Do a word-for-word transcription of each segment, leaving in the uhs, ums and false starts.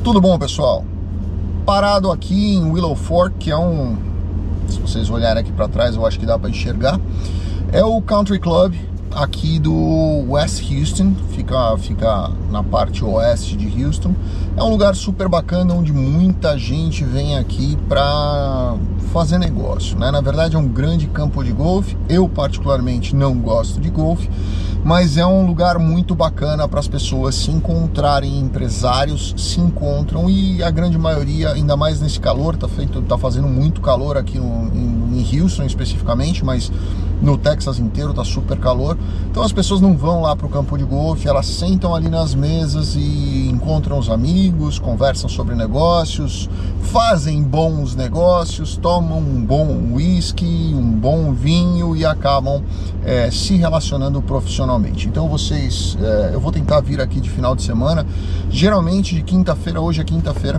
Tudo bom, pessoal? Parado aqui em Willow Fork, que é um... se vocês olharem aqui para trás, eu acho que dá para enxergar. É o Country Club aqui do West Houston, fica, fica na parte oeste de Houston. É um lugar super bacana, onde muita gente vem aqui para fazer negócio, né? Na verdade é um grande campo de golfe. Eu particularmente não gosto de golfe, mas é um lugar muito bacana para as pessoas se encontrarem. Empresários se encontram e a grande maioria, ainda mais nesse calor, tá, feito, tá fazendo muito calor aqui no, em, em Houston especificamente, mas no Texas inteiro tá super calor. Então as pessoas não vão lá para o campo de golfe, elas sentam ali nas mesas e encontram os amigos, conversam sobre negócios, fazem bons negócios, tomam um bom whisky, um bom vinho e acabam é, se relacionando profissionalmente. Então vocês, é, eu vou tentar vir aqui de final de semana, geralmente de quinta-feira, hoje é quinta-feira,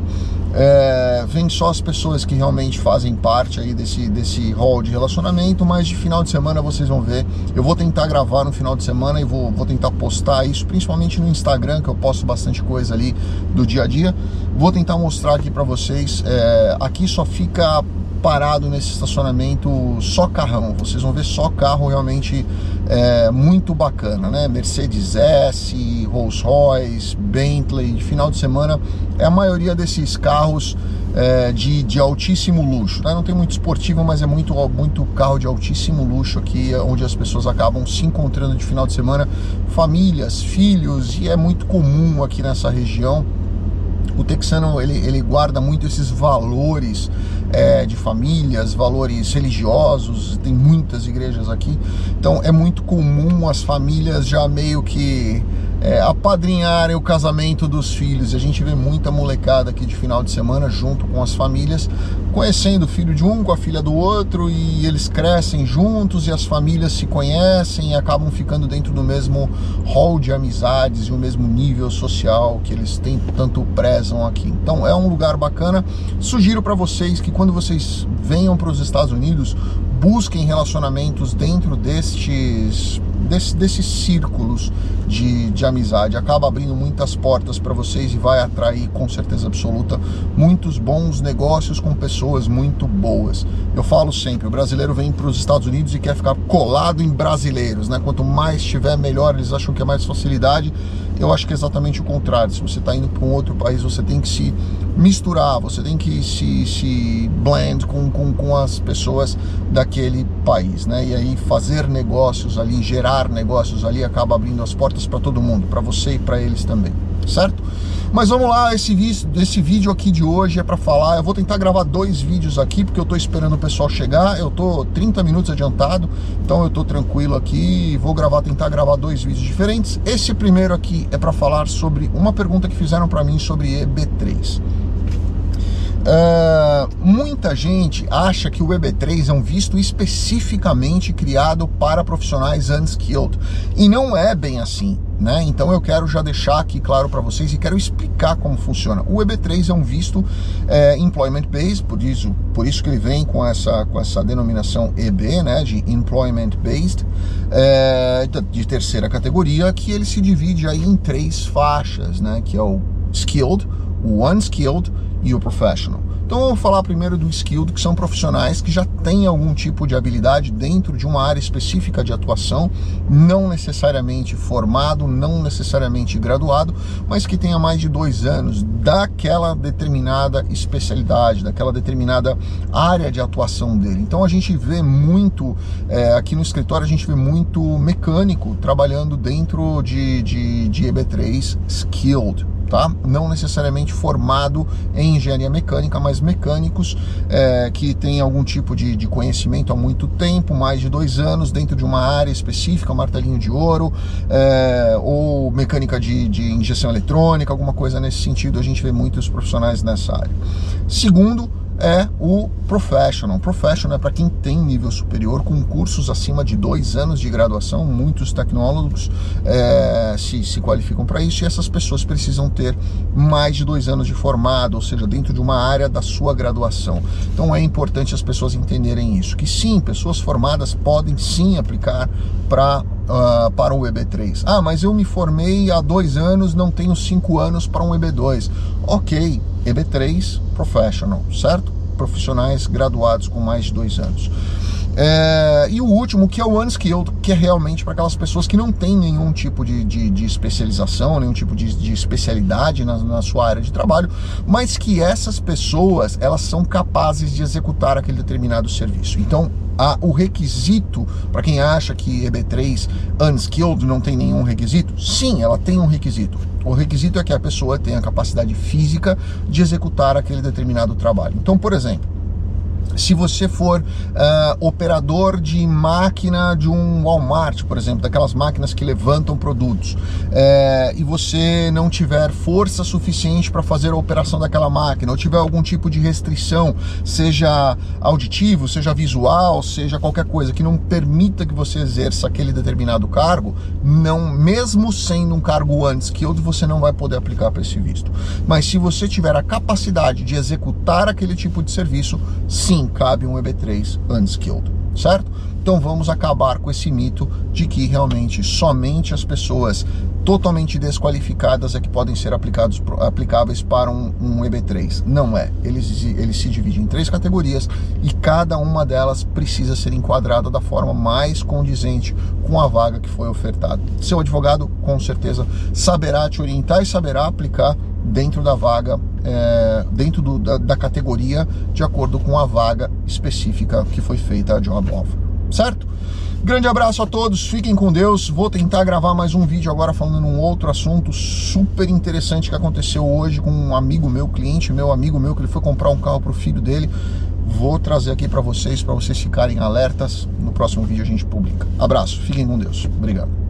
é, vem só as pessoas que realmente fazem parte aí desse, desse hall de relacionamento, mas de final de semana vocês vão ver, eu vou tentar gravar no final de semana e vou, vou tentar postar isso, principalmente no Instagram, que eu posto bastante coisa ali do dia a dia. Vou tentar mostrar aqui para vocês, é, aqui só fica parado nesse estacionamento só carrão, vocês vão ver só carro realmente é, muito bacana, né? Mercedes S, Rolls Royce, Bentley. De final de semana é a maioria desses carros é, de, de altíssimo luxo, né? Não tem muito esportivo, mas é muito, muito carro de altíssimo luxo aqui, onde as pessoas acabam se encontrando de final de semana, famílias, filhos, e é muito comum aqui nessa região. O texano, ele, ele guarda muito esses valores é, de famílias, valores religiosos, tem muitas igrejas aqui, então é muito comum as famílias já meio que é, apadrinharem o casamento dos filhos. A gente vê muita molecada aqui de final de semana junto com as famílias, conhecendo o filho de um com a filha do outro, e eles crescem juntos e as famílias se conhecem e acabam ficando dentro do mesmo hall de amizades e o mesmo nível social que eles têm, tanto prezam aqui. Então é um lugar bacana. Sugiro para vocês que quando vocês venham para os Estados Unidos, busquem relacionamentos dentro destes, desse, desses círculos de, de amizade. Acaba abrindo muitas portas para vocês e vai atrair, com certeza absoluta, muitos bons negócios com pessoas muito boas. Eu falo sempre, o brasileiro vem para os Estados Unidos e quer ficar colado em brasileiros, né? Quanto mais tiver, melhor. Eles acham que é mais facilidade. Eu acho que é exatamente o contrário. Se você está indo para um outro país, você tem que se misturar, você tem que se, se blend com, com, com as pessoas daquele país, né? E aí fazer negócios ali, gerar negócios ali, acaba abrindo as portas para todo mundo, para você e para eles também, certo? Mas vamos lá, esse, esse vídeo aqui de hoje é para falar, eu vou tentar gravar dois vídeos aqui, porque eu tô esperando o pessoal chegar, eu tô trinta minutos adiantado, então eu tô tranquilo aqui e vou gravar, tentar gravar dois vídeos diferentes. Esse primeiro aqui é para falar sobre uma pergunta que fizeram para mim sobre E B três. Uh, muita gente acha que o E B três é um visto especificamente criado para profissionais unskilled, e não é bem assim, né? Então eu quero já deixar aqui claro para vocês e quero explicar como funciona. O E B três é um visto é, employment based, por isso, por isso que ele vem com essa, com essa denominação E B, né, de employment based, é, de terceira categoria, que ele se divide aí em três faixas, né, que é o skilled, o unskilled e o professional. Então vamos falar primeiro do skilled, que são profissionais que já têm algum tipo de habilidade dentro de uma área específica de atuação, não necessariamente formado, não necessariamente graduado, mas que tenha mais de dois anos daquela determinada especialidade, daquela determinada área de atuação dele. Então a gente vê muito, é, aqui no escritório a gente vê muito mecânico trabalhando dentro de, de, de E B três skilled, tá? Não necessariamente formado em engenharia mecânica, mas mecânicos é, que têm algum tipo de, de conhecimento há muito tempo, mais de dois anos, dentro de uma área específica, martelinho de ouro, é, ou mecânica de, de injeção eletrônica, alguma coisa nesse sentido. A gente vê muitos profissionais nessa área. Segundo, é o professional. Professional é para quem tem nível superior, com cursos acima de dois anos de graduação. Muitos tecnólogos é, se, se qualificam para isso, e essas pessoas precisam ter mais de dois anos de formado, ou seja, dentro de uma área da sua graduação. Então é importante as pessoas entenderem isso, que sim, pessoas formadas podem sim aplicar para uh, para o E B três. Ah, mas eu me formei há dois anos, não tenho cinco anos para um E B dois. Ok, E B três Professional, certo? Profissionais graduados com mais de dois anos. É, e o último, que é o Unskilled, que é realmente para aquelas pessoas que não têm nenhum tipo de, de, de especialização, nenhum tipo de, de especialidade na, na sua área de trabalho, mas que essas pessoas, elas são capazes de executar aquele determinado serviço. Então, a, o requisito, para quem acha que E B três Unskilled não tem nenhum requisito, sim, ela tem um requisito. O requisito é que a pessoa tenha a capacidade física de executar aquele determinado trabalho. Então, por exemplo, se você for uh, operador de máquina de um Walmart, por exemplo, daquelas máquinas que levantam produtos, é, e você não tiver força suficiente para fazer a operação daquela máquina, ou tiver algum tipo de restrição, seja auditivo, seja visual, seja qualquer coisa que não permita que você exerça aquele determinado cargo, não, mesmo sendo um cargo unskilled, você não vai poder aplicar para esse visto. Mas se você tiver a capacidade de executar aquele tipo de serviço, sim, cabe um E B três Unskilled, certo? Então vamos acabar com esse mito de que realmente somente as pessoas totalmente desqualificadas é que podem ser aplicados, aplicáveis para um, um E B três. Não é. Eles, eles se dividem em três categorias e cada uma delas precisa ser enquadrada da forma mais condizente com a vaga que foi ofertada. Seu advogado, com certeza, saberá te orientar e saberá aplicar dentro da vaga, é, dentro do, da, da categoria, de acordo com a vaga específica que foi feita a job offer, certo? Grande abraço a todos, fiquem com Deus. Vou tentar gravar mais um vídeo agora falando num outro assunto super interessante que aconteceu hoje com um amigo meu, cliente meu, amigo meu, que ele foi comprar um carro para o filho dele. Vou trazer aqui para vocês, para vocês ficarem alertas. No próximo vídeo a gente publica. Abraço, fiquem com Deus. Obrigado.